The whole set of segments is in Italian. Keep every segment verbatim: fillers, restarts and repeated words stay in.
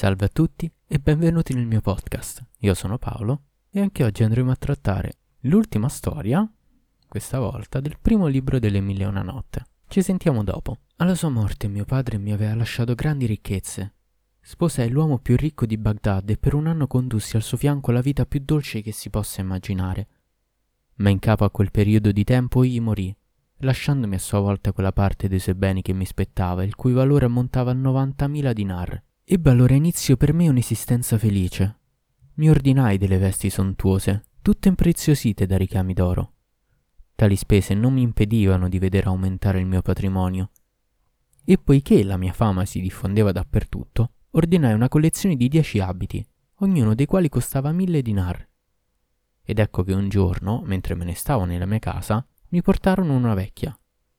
Salve a tutti e benvenuti nel mio podcast. Io sono Paolo e anche oggi andremo a trattare l'ultima storia, questa volta, del primo libro delle Mille e una notte. Ci sentiamo dopo. Alla sua morte mio padre mi aveva lasciato grandi ricchezze. Sposai l'uomo più ricco di Baghdad e per un anno condussi al suo fianco la vita più dolce che si possa immaginare. Ma in capo a quel periodo di tempo egli morì, lasciandomi a sua volta quella parte dei suoi beni che mi spettava, il cui valore ammontava a novantamila dinar. Ebbe allora inizio per me un'esistenza felice. Mi ordinai delle vesti sontuose, tutte impreziosite da ricami d'oro. Tali spese non mi impedivano di vedere aumentare il mio patrimonio. E poiché la mia fama si diffondeva dappertutto, ordinai una collezione di dieci abiti, ognuno dei quali costava mille dinar. Ed ecco che un giorno, mentre me ne stavo nella mia casa, mi portarono una vecchia.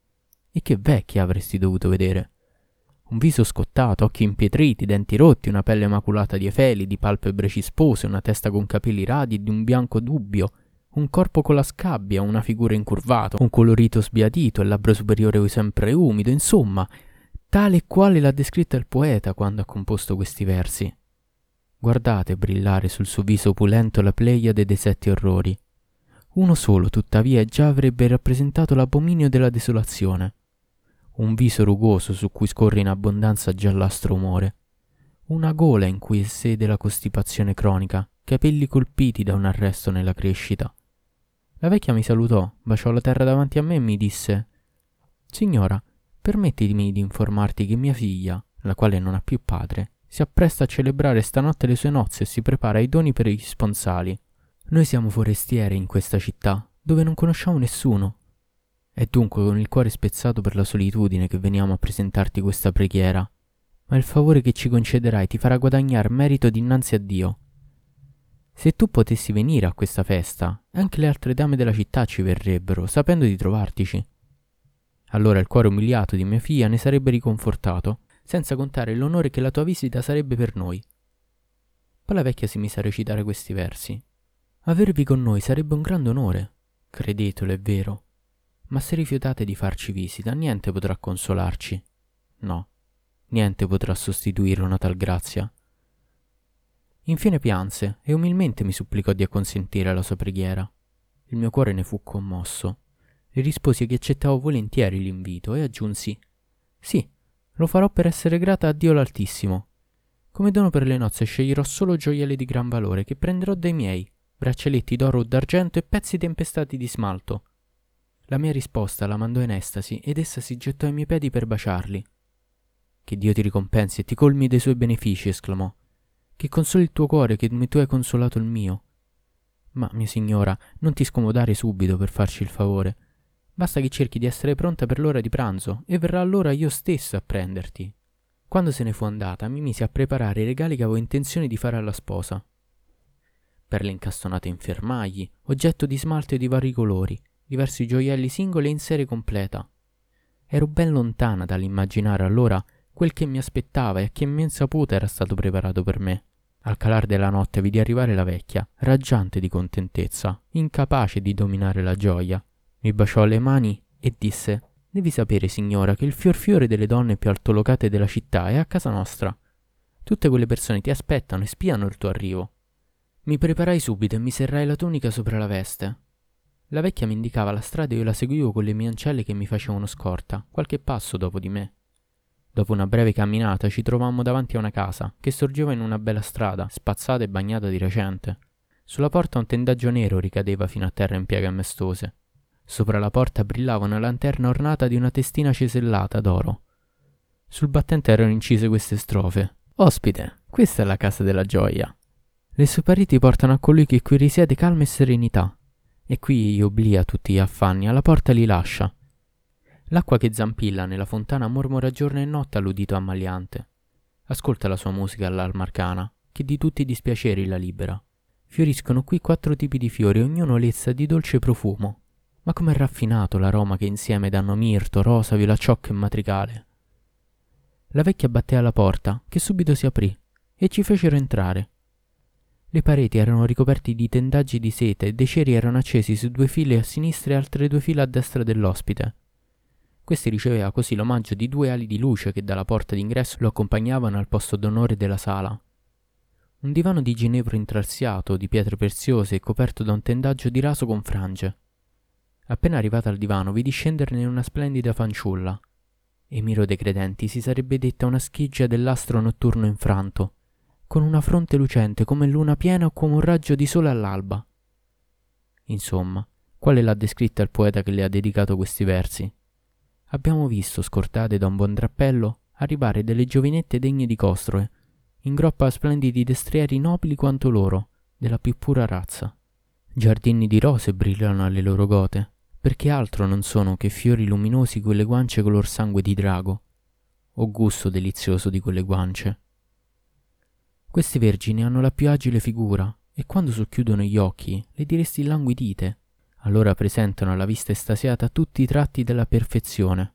E che vecchia avresti dovuto vedere? Un viso scottato, occhi impietriti, denti rotti, una pelle maculata di efeli, di palpebre cispose, una testa con capelli radi di un bianco dubbio, un corpo con la scabbia, una figura incurvata, un colorito sbiadito, il labbro superiore sempre umido, insomma, tale e quale l'ha descritta il poeta quando ha composto questi versi. Guardate brillare sul suo viso opulento la pleiade dei sette orrori. Uno solo, tuttavia, già avrebbe rappresentato l'abominio della desolazione. Un viso rugoso su cui scorre in abbondanza giallastro umore, una gola in cui è sede la costipazione cronica, capelli colpiti da un arresto nella crescita. La vecchia mi salutò, baciò la terra davanti a me e mi disse: «Signora, permettimi di informarti che mia figlia, la quale non ha più padre, si appresta a celebrare stanotte le sue nozze e si prepara ai doni per gli sponsali. Noi siamo forestiere in questa città, dove non conosciamo nessuno. È dunque con il cuore spezzato per la solitudine che veniamo a presentarti questa preghiera, ma il favore che ci concederai ti farà guadagnar merito dinanzi a Dio. Se tu potessi venire a questa festa, anche le altre dame della città ci verrebbero, sapendo di trovartici. Allora il cuore umiliato di mia figlia ne sarebbe riconfortato, senza contare l'onore che la tua visita sarebbe per noi». Poi la vecchia si mise a recitare questi versi: «Avervi con noi sarebbe un grande onore, credetelo, è vero. Ma se rifiutate di farci visita, niente potrà consolarci. No, niente potrà sostituire una tal grazia». Infine pianse e umilmente mi supplicò di acconsentire alla sua preghiera. Il mio cuore ne fu commosso. Le risposi che accettavo volentieri l'invito e aggiunsi: «Sì, lo farò per essere grata a Dio l'Altissimo. Come dono per le nozze sceglierò solo gioielli di gran valore che prenderò dai miei, braccialetti d'oro o d'argento e pezzi tempestati di smalto». La mia risposta la mandò in estasi ed essa si gettò ai miei piedi per baciarli. «Che Dio ti ricompensi e ti colmi dei suoi benefici», esclamò. «Che consoli il tuo cuore che tu hai consolato il mio. Ma, mia signora, non ti scomodare subito per farci il favore. Basta che cerchi di essere pronta per l'ora di pranzo e verrà allora io stessa a prenderti». Quando se ne fu andata mi misi a preparare i regali che avevo intenzione di fare alla sposa. Perle incastonate in fermagli, oggetto di smalto di vari colori, diversi gioielli singoli e in serie completa. Ero ben lontana dall'immaginare allora quel che mi aspettava e a che mia insaputa era stato preparato per me. Al calar della notte vidi arrivare la vecchia, raggiante di contentezza, incapace di dominare la gioia. Mi baciò le mani e disse: «Devi sapere, signora, che il fior fiore delle donne più altolocate della città è a casa nostra. Tutte quelle persone ti aspettano e spiano il tuo arrivo». Mi preparai subito e mi serrai la tunica sopra la veste. La vecchia mi indicava la strada e io la seguivo con le mie ancelle che mi facevano scorta, qualche passo dopo di me. Dopo una breve camminata ci trovammo davanti a una casa che sorgeva in una bella strada, spazzata e bagnata di recente. Sulla porta un tendaggio nero ricadeva fino a terra in pieghe amestose. Sopra la porta brillava una lanterna ornata di una testina cesellata d'oro. Sul battente erano incise queste strofe: «Ospite, questa è la casa della gioia. Le sue pareti portano a colui che qui risiede calma e serenità. E qui obblia tutti gli affanni, alla porta li lascia. L'acqua che zampilla nella fontana mormora giorno e notte all'udito ammaliante. Ascolta la sua musica all'alma arcana, che di tutti i dispiaceri la libera. Fioriscono qui quattro tipi di fiori, ognuno lezza di dolce profumo. Ma com'è raffinato l'aroma che insieme danno mirto, rosa, violacciocco e matricale». La vecchia batté alla porta, che subito si aprì, e ci fecero entrare. Le pareti erano ricoperte di tendaggi di seta e dei ceri erano accesi su due file a sinistra e altre due file a destra dell'ospite. Questi riceveva così l'omaggio di due ali di luce che dalla porta d'ingresso lo accompagnavano al posto d'onore della sala, Un divano di ginepro intarsiato, di pietre preziose e coperto da un tendaggio di raso con frange. Appena arrivata al divano vidi scenderne una splendida fanciulla. Emiro De Credenti si sarebbe detta una scheggia dell'astro notturno infranto, con una fronte lucente come luna piena o come un raggio di sole all'alba. Insomma, quale l'ha descritta il poeta che le ha dedicato questi versi? Abbiamo visto, scortate da un buon drappello, arrivare delle giovinette degne di Costroe, in groppa a splendidi destrieri nobili quanto loro, della più pura razza. Giardini di rose brillano alle loro gote, perché altro non sono che fiori luminosi quelle guance color sangue di drago, o gusto delizioso di quelle guance. Queste vergini hanno la più agile figura, e quando socchiudono gli occhi le diresti languidite, allora presentano alla vista estasiata tutti i tratti della perfezione.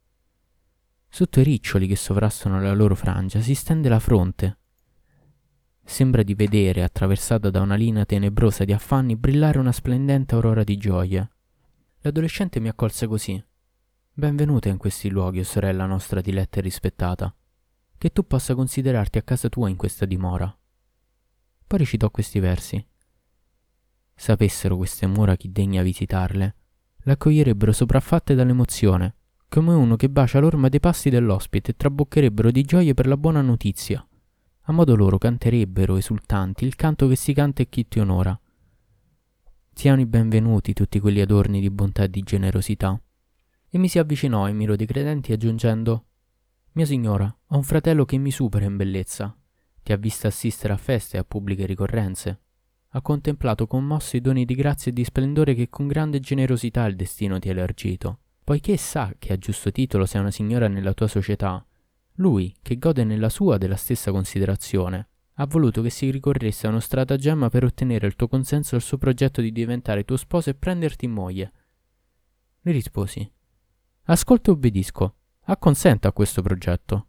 Sotto i riccioli che sovrastano la loro frangia si stende la fronte. Sembra di vedere, attraversata da una linea tenebrosa di affanni, brillare una splendente aurora di gioia. L'adolescente mi accolse così: benvenuta in questi luoghi, o sorella nostra diletta e rispettata, che tu possa considerarti a casa tua in questa dimora. Poi recitò questi versi: sapessero queste mura chi degna visitarle, l'accoglierebbero sopraffatte dall'emozione, come uno che bacia l'orma dei passi dell'ospite, e traboccherebbero di gioia per la buona notizia. A modo loro canterebbero, esultanti, il canto che si canta e chi ti onora. Siano i benvenuti tutti quelli adorni di bontà e di generosità. E mi si avvicinò Emiro De Credenti aggiungendo: mia signora, ho un fratello che mi supera in bellezza. Ti ha vista assistere a feste e a pubbliche ricorrenze. Ha contemplato commosso i doni di grazia e di splendore che con grande generosità il destino ti ha elargito. Poiché sa che a giusto titolo sei una signora nella tua società, lui, che gode nella sua della stessa considerazione, ha voluto che si ricorresse a uno stratagemma per ottenere il tuo consenso al suo progetto di diventare tuo sposo e prenderti in moglie. Le risposi: ascolto e obbedisco. Acconsenta a questo progetto.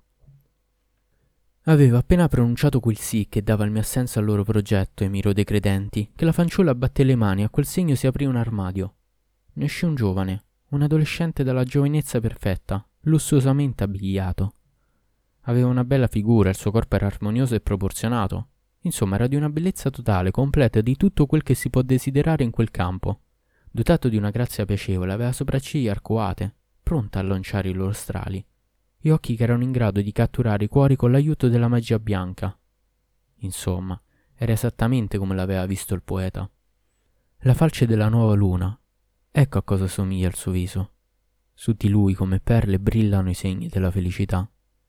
Aveva appena pronunciato quel sì che dava il mio assenso al loro progetto, Emiro De Credenti, che la fanciulla batté le mani e a quel segno si aprì un armadio. Ne uscì un giovane, un adolescente dalla giovinezza perfetta, lussuosamente abbigliato. Aveva una bella figura, il suo corpo era armonioso e proporzionato. Insomma, era di una bellezza totale, completa di tutto quel che si può desiderare in quel campo. Dotato di una grazia piacevole, aveva sopracciglia arcuate, pronta a lanciare i loro strali, e occhi che erano in grado di catturare i cuori con l'aiuto della magia bianca. Insomma, era esattamente come l'aveva visto il poeta. La falce della nuova luna, ecco a cosa somiglia il suo viso. Su di lui come perle brillano i segni della felicità.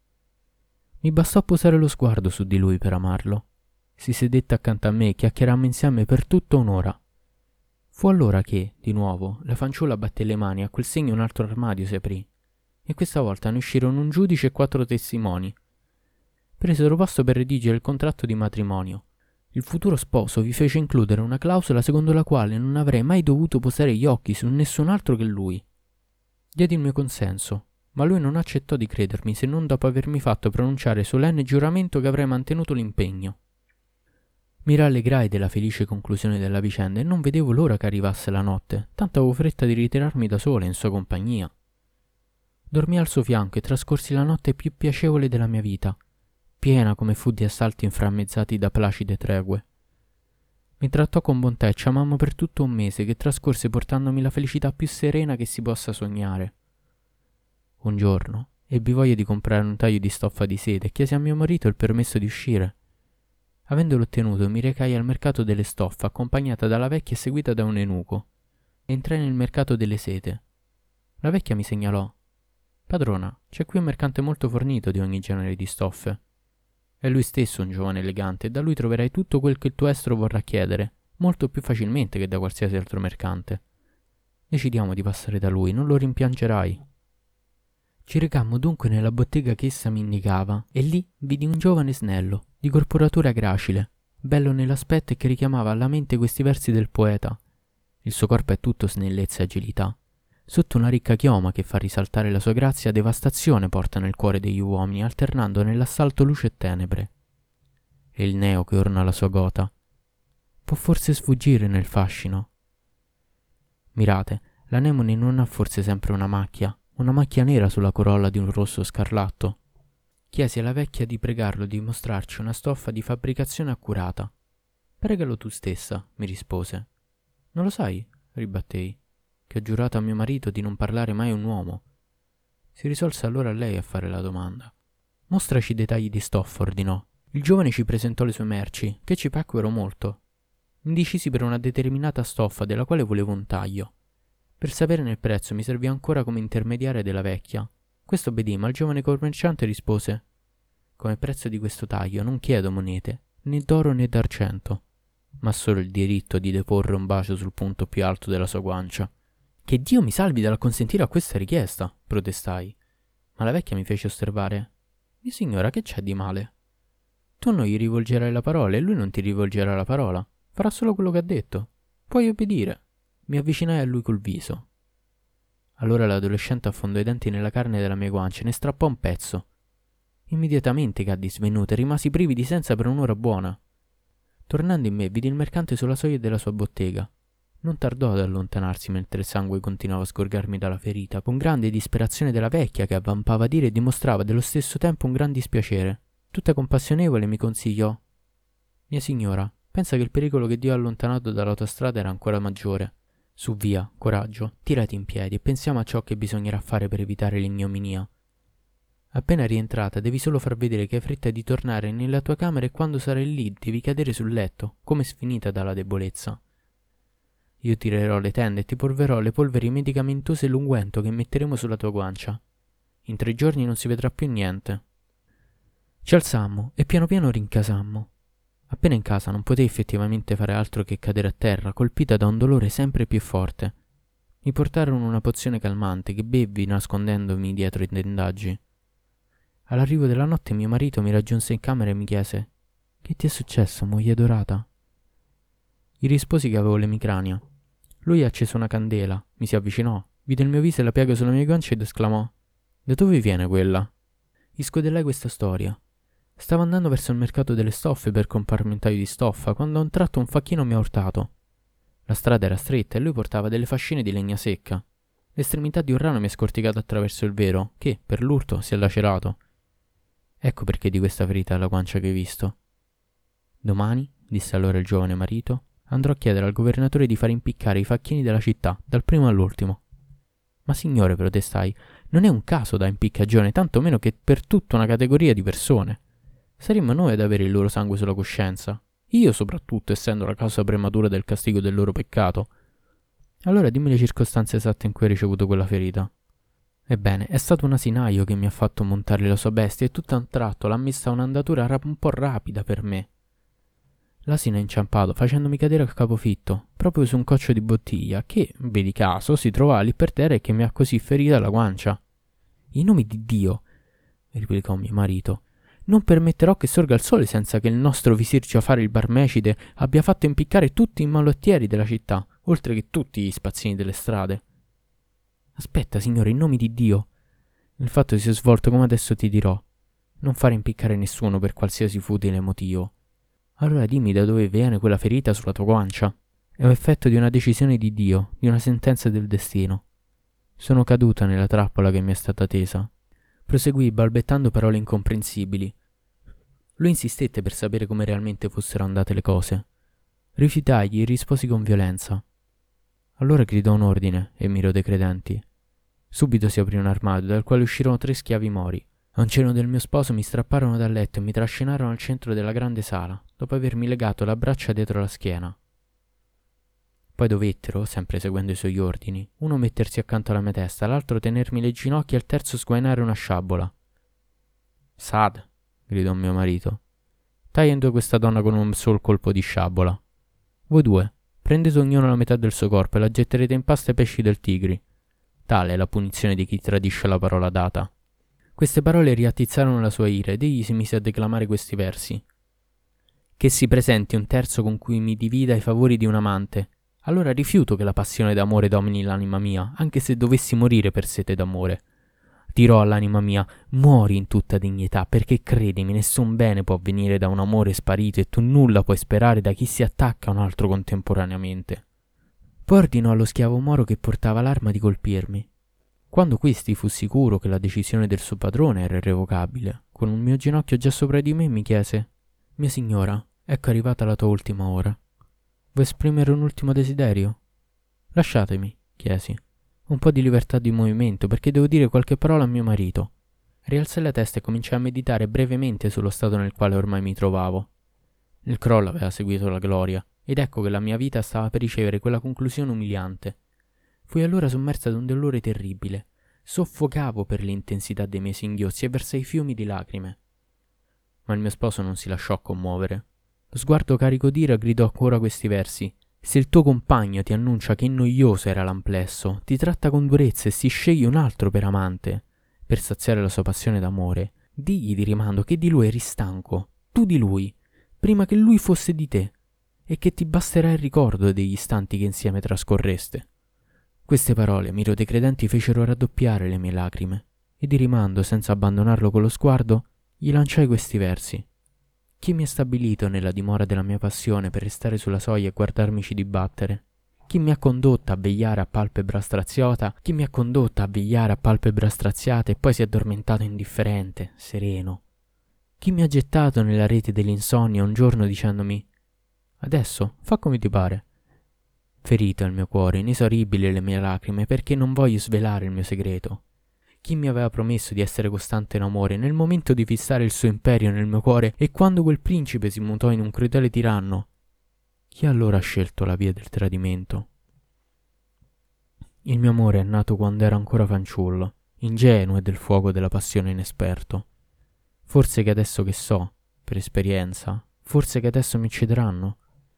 Mi bastò posare lo sguardo su di lui per amarlo. Si sedette accanto a me e chiacchierammo insieme per tutta un'ora. Fu allora che, di nuovo, la fanciulla batté le mani e a quel segno un altro armadio si aprì, e questa volta ne uscirono un giudice e quattro testimoni. Presero posto per redigere il contratto di matrimonio. Il futuro sposo vi fece includere una clausola secondo la quale non avrei mai dovuto posare gli occhi su nessun altro che lui. Diedi il mio consenso, ma lui non accettò di credermi se non dopo avermi fatto pronunciare solenne giuramento che avrei mantenuto l'impegno. Mi rallegrai della felice conclusione della vicenda e non vedevo l'ora che arrivasse la notte, tanto avevo fretta di ritirarmi da sola in sua compagnia. Dormii al suo fianco e trascorsi la notte più piacevole della mia vita, piena come fu di assalti inframmezzati da placide tregue. Mi trattò con bontà e ci amammo per tutto un mese che trascorse portandomi la felicità più serena che si possa sognare. Un giorno ebbi voglia di comprare un taglio di stoffa di seta e chiesi a mio marito il permesso di uscire. Avendolo ottenuto mi recai al mercato delle stoffe accompagnata dalla vecchia e seguita da un eunuco. Entrai nel mercato delle sete. La vecchia mi segnalò: padrona, c'è qui un mercante molto fornito di ogni genere di stoffe. È lui stesso un giovane elegante e da lui troverai tutto quel che il tuo estro vorrà chiedere, molto più facilmente che da qualsiasi altro mercante. Decidiamo di passare da lui, non lo rimpiangerai. Ci recammo dunque nella bottega che essa mi indicava e lì vidi un giovane snello, di corporatura gracile, bello nell'aspetto e che richiamava alla mente questi versi del poeta. Il suo corpo è tutto snellezza e agilità. Sotto una ricca chioma che fa risaltare la sua grazia, devastazione porta nel cuore degli uomini, alternando nell'assalto luce e tenebre. E il neo che orna la sua gota può forse sfuggire nel fascino. Mirate, l'anemone non ha forse sempre una macchia, una macchia nera sulla corolla di un rosso scarlatto? Chiesi alla vecchia di pregarlo di mostrarci una stoffa di fabbricazione accurata. Pregalo tu stessa, mi rispose. Non lo sai, ribattei, che ho giurato a mio marito di non parlare mai a un uomo. Si risolse allora lei a fare la domanda. Mostraci i dettagli di stoffa, ordinò. Il giovane ci presentò le sue merci, che ci piacquero molto. Mi decisi per una determinata stoffa della quale volevo un taglio. Per saperne il prezzo mi servì ancora come intermediaria della vecchia. Questo obbedì, ma il giovane commerciante rispose: come prezzo di questo taglio non chiedo monete, né d'oro né d'argento, ma solo il diritto di deporre un bacio sul punto più alto della sua guancia. Che Dio mi salvi dal consentire a questa richiesta, protestai. Ma la vecchia mi fece osservare: mia signora, che c'è di male? Tu non gli rivolgerai la parola e lui non ti rivolgerà la parola. Farà solo quello che ha detto. Puoi obbedire. Mi avvicinai a lui col viso. Allora l'adolescente affondò i denti nella carne della mia guancia e ne strappò un pezzo. Immediatamente caddi svenuta e rimasi privi di sensa per un'ora buona. Tornando in me, vidi il mercante sulla soglia della sua bottega. Non tardò ad allontanarsi mentre il sangue continuava a sgorgarmi dalla ferita, con grande disperazione della vecchia che avvampava a dire e dimostrava dello stesso tempo un gran dispiacere. Tutta compassionevole mi consigliò: mia signora, pensa che il pericolo che Dio ha allontanato dall'autostrada era ancora maggiore. Su, via, coraggio, tirati in piedi e pensiamo a ciò che bisognerà fare per evitare l'ignominia. Appena rientrata devi solo far vedere che hai fretta di tornare nella tua camera e quando sarai lì devi cadere sul letto, come sfinita dalla debolezza. Io tirerò le tende e ti polverò le polveri medicamentose e l'unguento che metteremo sulla tua guancia. In tre giorni non si vedrà più niente. Ci alzammo e piano piano rincasammo. Appena in casa non potei effettivamente fare altro che cadere a terra, colpita da un dolore sempre più forte. Mi portarono una pozione calmante che bevvi nascondendomi dietro i tendaggi. All'arrivo della notte mio marito mi raggiunse in camera e mi chiese: che ti è successo, moglie dorata? Gli risposi che avevo l'emicrania. Lui accese una candela, mi si avvicinò, vide il mio viso e la piaga sulla mia guancia ed esclamò: da dove viene quella? Gli scodellai questa storia. Stavo andando verso il mercato delle stoffe per comprarmi un taglio di stoffa quando a un tratto un facchino mi ha urtato. La strada era stretta e lui portava delle fascine di legna secca. L'estremità di un rano mi è scorticata attraverso il vero, che, per l'urto, si è lacerato. Ecco perché di questa ferita alla guancia che hai visto. Domani, disse allora il giovane marito, andrò a chiedere al governatore di far impiccare i facchini della città, dal primo all'ultimo. Ma signore, protestai, non è un caso da impiccagione, tanto meno che per tutta una categoria di persone. Saremmo noi ad avere il loro sangue sulla coscienza. Io soprattutto, essendo la causa prematura del castigo del loro peccato. Allora dimmi le circostanze esatte in cui hai ricevuto quella ferita. Ebbene, è stato un asinaio che mi ha fatto montare la sua bestia e tutto a un tratto l'ha messa a un'andatura rap- un po' rapida per me. L'asino è inciampato facendomi cadere a capofitto, proprio su un coccio di bottiglia che, vedi caso, si trovava lì per terra e che mi ha così ferita la guancia. In nome di Dio, replicò mio marito, non permetterò che sorga il sole senza che il nostro visir Giafar il Barmecide abbia fatto impiccare tutti i malattieri della città, oltre che tutti gli spazzini delle strade. Aspetta, signore, in nome di Dio. Il fatto si è svolto come adesso ti dirò. Non fare impiccare nessuno per qualsiasi futile motivo. Allora dimmi da dove viene quella ferita sulla tua guancia. È un effetto di una decisione di Dio, di una sentenza del destino. Sono caduta nella trappola che mi è stata tesa. Proseguì balbettando parole incomprensibili. Lui insistette per sapere come realmente fossero andate le cose. Rifiutagli e risposi con violenza. Allora gridò un ordine e mirò dei credenti. Subito si aprì un armadio dal quale uscirono tre schiavi mori. A un cenno del mio sposo mi strapparono dal letto e mi trascinarono al centro della grande sala, dopo avermi legato la braccia dietro la schiena. Poi dovettero, sempre seguendo i suoi ordini, uno mettersi accanto alla mia testa, l'altro tenermi le ginocchia e il terzo sguainare una sciabola. Sad, gridò mio marito, taglia in due questa donna con un sol colpo di sciabola. Voi due, prendete ognuno la metà del suo corpo e la getterete in pasta ai pesci del Tigri. Tale è la punizione di chi tradisce la parola data. Queste parole riattizzarono la sua ira ed egli si mise a declamare questi versi. Che si presenti un terzo con cui mi divida i favori di un amante. Allora rifiuto che la passione d'amore domini l'anima mia, anche se dovessi morire per sete d'amore. Dirò all'anima mia, muori in tutta dignità, perché credimi, nessun bene può venire da un amore sparito e tu nulla puoi sperare da chi si attacca a un altro contemporaneamente. Poi ordinò allo schiavo moro che portava l'arma di colpirmi. Quando questi fu sicuro che la decisione del suo padrone era irrevocabile, con un mio ginocchio già sopra di me mi chiese: «Mia signora, ecco arrivata la tua ultima ora. Vuoi esprimere un ultimo desiderio?» «Lasciatemi», chiesi, «un po' di libertà di movimento, perché devo dire qualche parola a mio marito». Rialzai la testa e cominciai a meditare brevemente sullo stato nel quale ormai mi trovavo. Il crollo aveva seguito la gloria, ed ecco che la mia vita stava per ricevere quella conclusione umiliante. Fui allora sommersa da un dolore terribile. Soffocavo per l'intensità dei miei singhiozzi e versai fiumi di lacrime. Ma il mio sposo non si lasciò commuovere. Lo sguardo carico d'ira gridò ancora questi versi: «Se il tuo compagno ti annuncia che noioso era l'amplesso, ti tratta con durezza e si sceglie un altro per amante, per saziare la sua passione d'amore, digli di rimando che di lui eri stanco, tu di lui, prima che lui fosse di te, e che ti basterà il ricordo degli istanti che insieme trascorreste». Queste parole, miro dei credenti, fecero raddoppiare le mie lacrime, e di rimando, senza abbandonarlo con lo sguardo, gli lanciai questi versi: «Chi mi ha stabilito nella dimora della mia passione per restare sulla soglia e guardarmici dibattere? Chi mi ha condotta a vegliare a palpebra straziata? Chi mi ha condotta a vegliare a palpebra straziate e poi si è addormentato indifferente, sereno? Chi mi ha gettato nella rete dell'insonnia un giorno dicendomi: adesso fa come ti pare? Ferito il mio cuore, inesauribili le mie lacrime, perché non voglio svelare il mio segreto. Chi mi aveva promesso di essere costante in amore nel momento di fissare il suo imperio nel mio cuore e quando quel principe si mutò in un crudele tiranno? Chi allora ha scelto la via del tradimento? Il mio amore è nato quando ero ancora fanciullo, ingenuo e del fuoco della passione inesperto. Forse che adesso che so, per esperienza, forse che adesso mi uccideranno.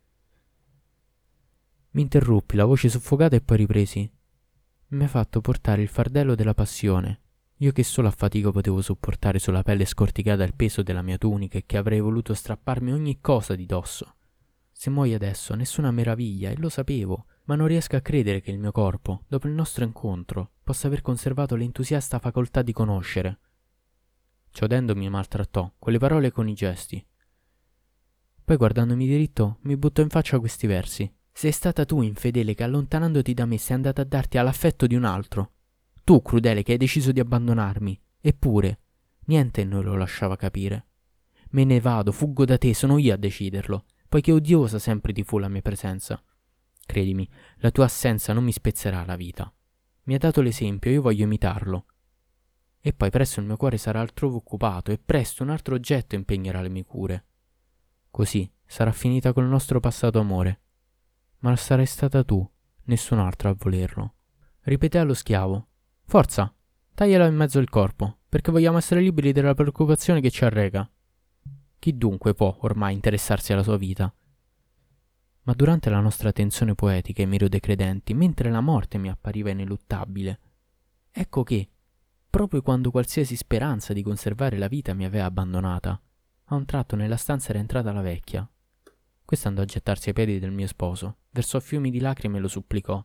Mi interruppi, la voce soffocata, e poi ripresi: mi ha fatto portare il fardello della passione, io che solo a fatica potevo sopportare sulla pelle scorticata il peso della mia tunica e che avrei voluto strapparmi ogni cosa di dosso. Se muoio adesso, nessuna meraviglia, e lo sapevo, ma non riesco a credere che il mio corpo, dopo il nostro incontro, possa aver conservato l'entusiasta facoltà di conoscere. Ciodendo mi maltrattò, con le parole e con i gesti. Poi, guardandomi diritto, mi buttò in faccia questi versi: sei stata tu, infedele, che allontanandoti da me sei andata a darti all'affetto di un altro. Tu, crudele, che hai deciso di abbandonarmi. Eppure, niente in noi lo lasciava capire. Me ne vado, fuggo da te, sono io a deciderlo, poiché odiosa sempre ti fu la mia presenza. Credimi, la tua assenza non mi spezzerà la vita. Mi ha dato l'esempio, io voglio imitarlo. E poi presto il mio cuore sarà altrove occupato e presto un altro oggetto impegnerà le mie cure. Così sarà finita col nostro passato amore. Ma sarai stata tu, nessun altro a volerlo. Ripeté allo schiavo: forza, tagliala in mezzo il corpo, perché vogliamo essere liberi dalla preoccupazione che ci arreca. Chi dunque può ormai interessarsi alla sua vita? Ma durante la nostra tensione poetica e miro dei credenti, mentre la morte mi appariva ineluttabile, ecco che, proprio quando qualsiasi speranza di conservare la vita mi aveva abbandonata, a un tratto nella stanza era entrata la vecchia. Questa andò a gettarsi ai piedi del mio sposo, versò fiumi di lacrime e lo supplicò: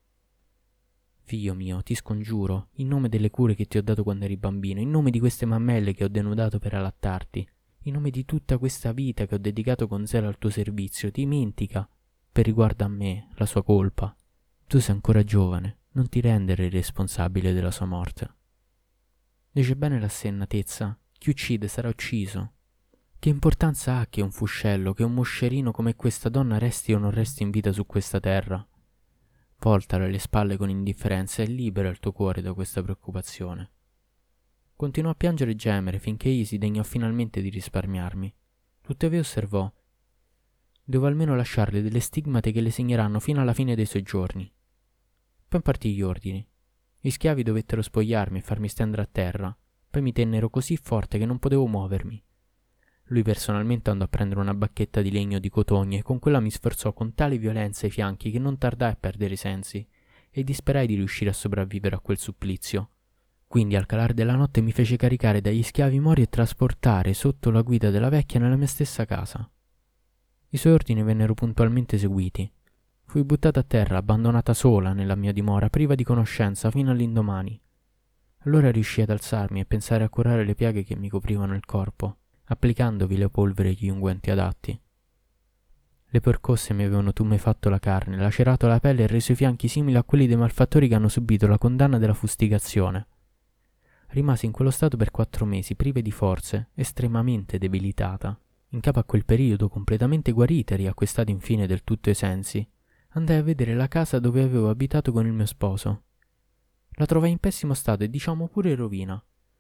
figlio mio, ti scongiuro, in nome delle cure che ti ho dato quando eri bambino, in nome di queste mammelle che ho denudato per allattarti, in nome di tutta questa vita che ho dedicato con zelo al tuo servizio, dimentica, per riguardo a me, la sua colpa. Tu sei ancora giovane, non ti rendere responsabile della sua morte. Dice bene la sennatezza: chi uccide sarà ucciso. Che importanza ha che un fuscello, che un moscerino come questa donna resti o non resti in vita su questa terra? Voltale le spalle con indifferenza e libera il tuo cuore da questa preoccupazione. Continuò a piangere e gemere finché egli si degnò finalmente di risparmiarmi. Tuttavia osservò: devo almeno lasciarle delle stigmate che le segneranno fino alla fine dei suoi giorni. Poi impartì gli ordini. Gli schiavi dovettero spogliarmi e farmi stendere a terra, poi mi tennero così forte che non potevo muovermi. Lui personalmente andò a prendere una bacchetta di legno di cotogna e con quella mi sforzò con tale violenza i fianchi che non tardai a perdere i sensi e disperai di riuscire a sopravvivere a quel supplizio. Quindi al calar della notte mi fece caricare dagli schiavi mori e trasportare sotto la guida della vecchia nella mia stessa casa. I suoi ordini vennero puntualmente eseguiti. Fui buttata a terra, abbandonata sola nella mia dimora, priva di conoscenza fino all'indomani. Allora riuscii ad alzarmi e pensare a curare le piaghe che mi coprivano il corpo, applicandovi le polveri e gli unguenti adatti. Le percosse mi avevano tumefatto la carne, lacerato la pelle e reso i fianchi simili a quelli dei malfattori che hanno subito la condanna della fustigazione. Rimasi in quello stato per quattro mesi, prive di forze, estremamente debilitata. In capo a quel periodo, completamente guarita e riacquistata infine del tutto i sensi, andai a vedere la casa dove avevo abitato con il mio sposo. La trovai in pessimo stato e diciamo pure in rovina.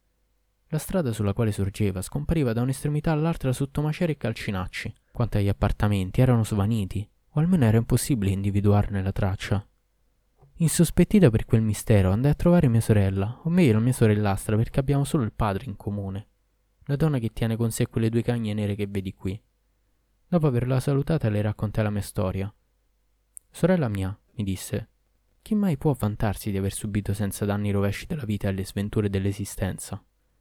La strada sulla quale sorgeva scompariva da un'estremità all'altra sotto macerie e calcinacci. Quanto agli appartamenti, erano svaniti, o almeno era impossibile individuarne la traccia. Insospettita per quel mistero, andai a trovare mia sorella, o meglio la mia sorellastra, perché abbiamo solo il padre in comune, la donna che tiene con sé quelle due cagne nere che vedi qui. Dopo averla salutata le raccontai la mia storia. Sorella mia, mi disse, chi mai può vantarsi di aver subito senza danni i rovesci della vita e le sventure dell'esistenza?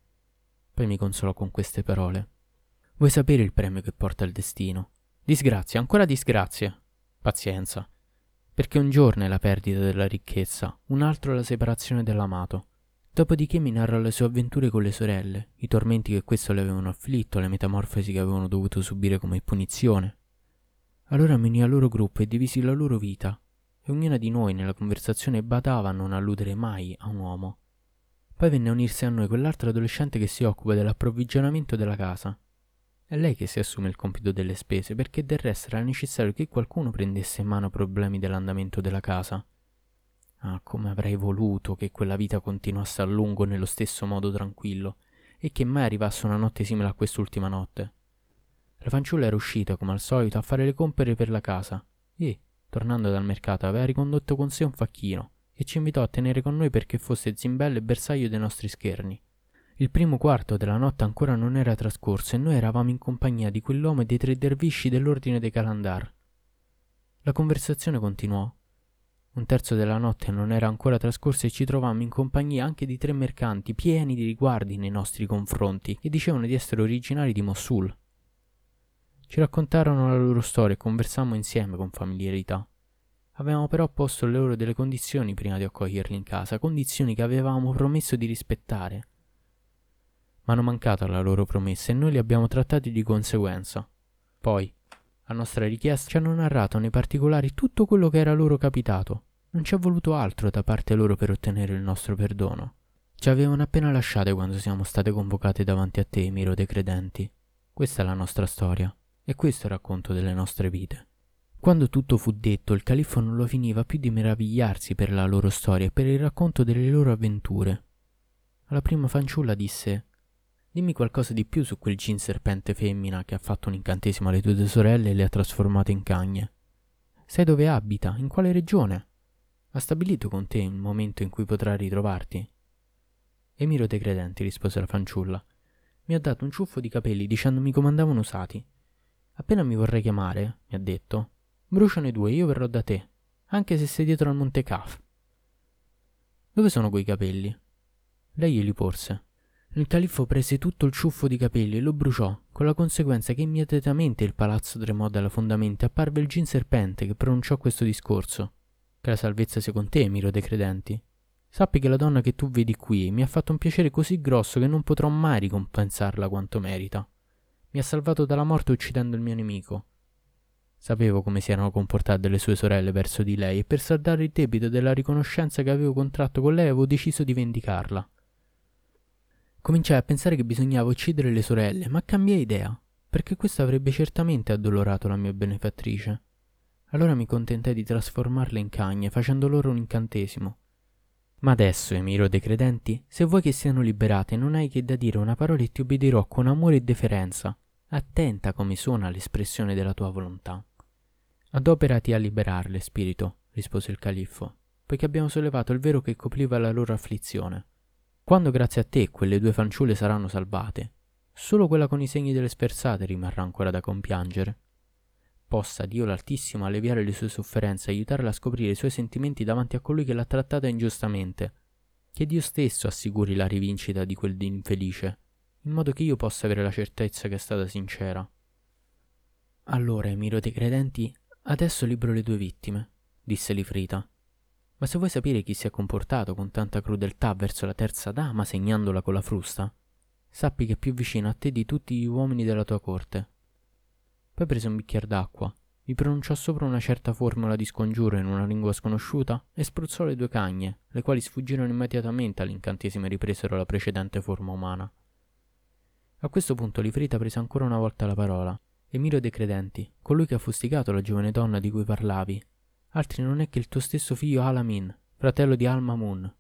Poi mi consolò con queste parole. Vuoi sapere il premio che porta il destino? Disgrazia, ancora disgrazia. Pazienza. Perché un giorno è la perdita della ricchezza, un altro è la separazione dell'amato. Dopodiché mi narra le sue avventure con le sorelle, i tormenti che questo le avevano afflitto, le metamorfosi che avevano dovuto subire come punizione. Allora mi unì al loro gruppo e divisi la loro vita, e ognuna di noi nella conversazione badava a non alludere mai a un uomo. Poi venne a unirsi a noi quell'altro adolescente che si occupa dell'approvvigionamento della casa. È lei che si assume il compito delle spese, perché del resto era necessario che qualcuno prendesse in mano i problemi dell'andamento della casa. Ah, come avrei voluto che quella vita continuasse a lungo nello stesso modo tranquillo, e che mai arrivasse una notte simile a quest'ultima notte. La fanciulla era uscita, come al solito, a fare le compere per la casa, e, tornando dal mercato, aveva ricondotto con sé un facchino, e ci invitò a tenere con noi perché fosse zimbello e bersaglio dei nostri scherni. Il primo quarto della notte ancora non era trascorso e noi eravamo in compagnia di quell'uomo e dei tre dervisci dell'ordine dei Kalandar. La conversazione continuò. Un terzo della notte non era ancora trascorso e ci trovammo in compagnia anche di tre mercanti pieni di riguardi nei nostri confronti che dicevano di essere originari di Mossul. Ci raccontarono la loro storia e conversammo insieme con familiarità. Avevamo però posto le loro delle condizioni prima di accoglierli in casa, condizioni che avevamo promesso di rispettare. Ma hanno mancato alla loro promessa e noi li abbiamo trattati di conseguenza. Poi, a nostra richiesta, ci hanno narrato nei particolari tutto quello che era loro capitato. Non ci è voluto altro da parte loro per ottenere il nostro perdono. Ci avevano appena lasciate quando siamo state convocate davanti a te, Miro dei Credenti. Questa è la nostra storia, e questo è il racconto delle nostre vite. Quando tutto fu detto, il califfo non lo finiva più di meravigliarsi per la loro storia e per il racconto delle loro avventure. Alla prima fanciulla disse: dimmi qualcosa di più su quel gin serpente femmina che ha fatto un incantesimo alle tue due sorelle e le ha trasformate in cagne. Sai dove abita? In quale regione? Ha stabilito con te il momento in cui potrà ritrovarti? Emiro dei Credenti, rispose la fanciulla, mi ha dato un ciuffo di capelli dicendomi come andavano usati. Appena mi vorrei chiamare, mi ha detto, bruciano i due, io verrò da te, anche se sei dietro al Monte Kaf. Dove sono quei capelli? Lei glieli porse. Il califfo prese tutto il ciuffo di capelli e lo bruciò, con la conseguenza che immediatamente il palazzo tremò dalle fondamenta e apparve il gin serpente che pronunciò questo discorso. Che la salvezza sia con te, Emiro dei Credenti. Sappi che la donna che tu vedi qui mi ha fatto un piacere così grosso che non potrò mai ricompensarla quanto merita. Mi ha salvato dalla morte uccidendo il mio nemico. Sapevo come si erano comportate le sue sorelle verso di lei e per saldare il debito della riconoscenza che avevo contratto con lei avevo deciso di vendicarla. Cominciai a pensare che bisognava uccidere le sorelle, ma cambiai idea, perché questo avrebbe certamente addolorato la mia benefattrice. Allora mi contentai di trasformarle in cagne, facendo loro un incantesimo. Ma adesso, Emiro dei Credenti, se vuoi che siano liberate, non hai che da dire una parola e ti ubbidirò con amore e deferenza. Attenta come suona l'espressione della tua volontà. Adoperati a liberarle, spirito, rispose il califfo, poiché abbiamo sollevato il velo che copriva la loro afflizione. Quando grazie a te quelle due fanciulle saranno salvate, solo quella con i segni delle sferzate rimarrà ancora da compiangere. Possa Dio l'Altissimo alleviare le sue sofferenze e aiutarla a scoprire i suoi sentimenti davanti a colui che l'ha trattata ingiustamente. Che Dio stesso assicuri la rivincita di quel infelice, in modo che io possa avere la certezza che è stata sincera. Allora, Emiro dei Credenti, adesso libero le due vittime, disse l'Ifrita. Ma se vuoi sapere chi si è comportato con tanta crudeltà verso la terza dama segnandola con la frusta, sappi che è più vicino a te di tutti gli uomini della tua corte. Poi prese un bicchiere d'acqua, vi pronunciò sopra una certa formula di scongiuro in una lingua sconosciuta e spruzzò le due cagne, le quali sfuggirono immediatamente all'incantesimo e ripresero la precedente forma umana. A questo punto l'Ifrita prese ancora una volta la parola. Emiro dei Credenti, colui che ha fustigato la giovane donna di cui parlavi, altri non è che il tuo stesso figlio Al-Amin, fratello di Al-Mamun.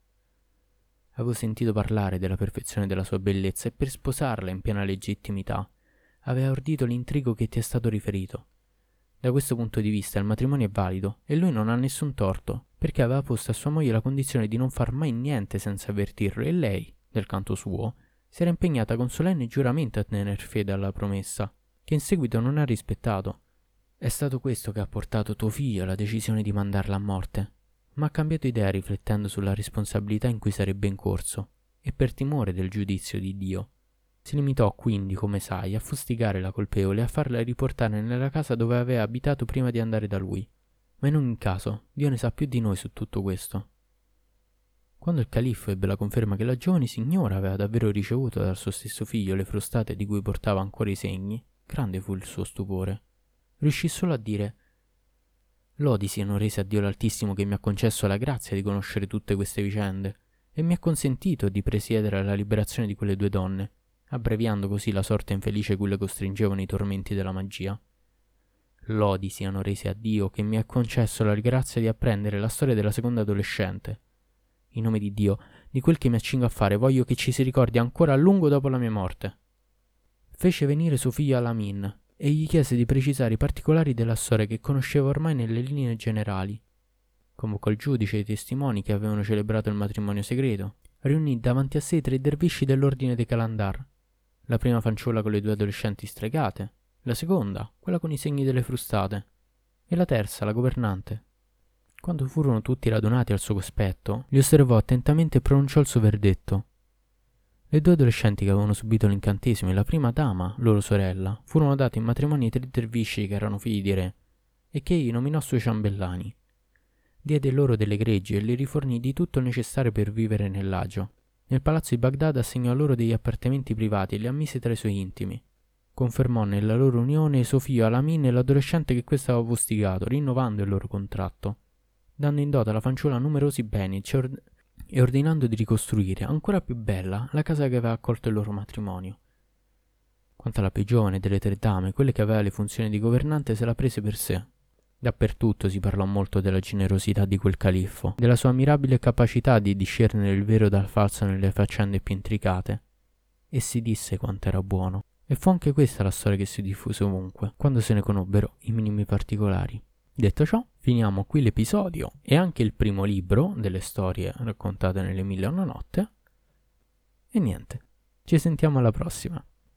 Avevo sentito parlare della perfezione della sua bellezza e per sposarla in piena legittimità aveva ordito l'intrigo che ti è stato riferito. Da questo punto di vista il matrimonio è valido e lui non ha nessun torto, perché aveva posto a sua moglie la condizione di non far mai niente senza avvertirlo e lei, del canto suo, si era impegnata con solenne giuramento a tener fede alla promessa, che in seguito non ha rispettato. È stato questo che ha portato tuo figlio alla decisione di mandarla a morte, ma ha cambiato idea riflettendo sulla responsabilità in cui sarebbe incorso, e per timore del giudizio di Dio. Si limitò quindi, come sai, a fustigare la colpevole e a farla riportare nella casa dove aveva abitato prima di andare da lui. Ma in ogni caso, Dio ne sa più di noi su tutto questo. Quando il califfo ebbe la conferma che la giovane signora aveva davvero ricevuto dal suo stesso figlio le frustate di cui portava ancora i segni, grande fu il suo stupore. Riuscì solo a dire: «Lodi siano rese a Dio l'Altissimo che mi ha concesso la grazia di conoscere tutte queste vicende e mi ha consentito di presiedere alla liberazione di quelle due donne, abbreviando così la sorte infelice cui le costringevano i tormenti della magia. Lodi siano rese a Dio che mi ha concesso la grazia di apprendere la storia della seconda adolescente. In nome di Dio, di quel che mi accingo a fare, voglio che ci si ricordi ancora a lungo dopo la mia morte». Fece venire suo figlio Al-Amin e gli chiese di precisare i particolari della storia che conosceva ormai nelle linee generali. Convocò il giudice e i testimoni che avevano celebrato il matrimonio segreto. Riunì davanti a sé tre dervisci dell'ordine dei Kalandar. La prima fanciulla con le due adolescenti stregate, la seconda, quella con i segni delle frustate, e la terza, la governante. Quando furono tutti radunati al suo cospetto, li osservò attentamente e pronunciò il suo verdetto. Le due adolescenti che avevano subito l'incantesimo e la prima dama, loro sorella, furono date in matrimonio ai tre dervisci che erano figli di re, e che egli nominò suoi ciambellani. Diede loro delle greggi e li rifornì di tutto il necessario per vivere nell'agio. Nel palazzo di Baghdad assegnò a loro degli appartamenti privati e li ammise tra i suoi intimi. Confermò nella loro unione suo figlio Al-Amin e l'adolescente che questo aveva fustigato, rinnovando il loro contratto, dando in dote alla fanciulla numerosi beni e ordinando di ricostruire, ancora più bella, la casa che aveva accolto il loro matrimonio. Quanto alla più giovane delle tre dame, quelle che aveva le funzioni di governante, se la prese per sé. Dappertutto si parlò molto della generosità di quel califfo, della sua ammirabile capacità di discernere il vero dal falso nelle faccende più intricate, e si disse quanto era buono. E fu anche questa la storia che si diffuse ovunque, quando se ne conobbero i minimi particolari. Detto ciò, finiamo qui l'episodio e anche il primo libro delle storie raccontate nelle Mille e una Notte. E niente, ci sentiamo alla prossima.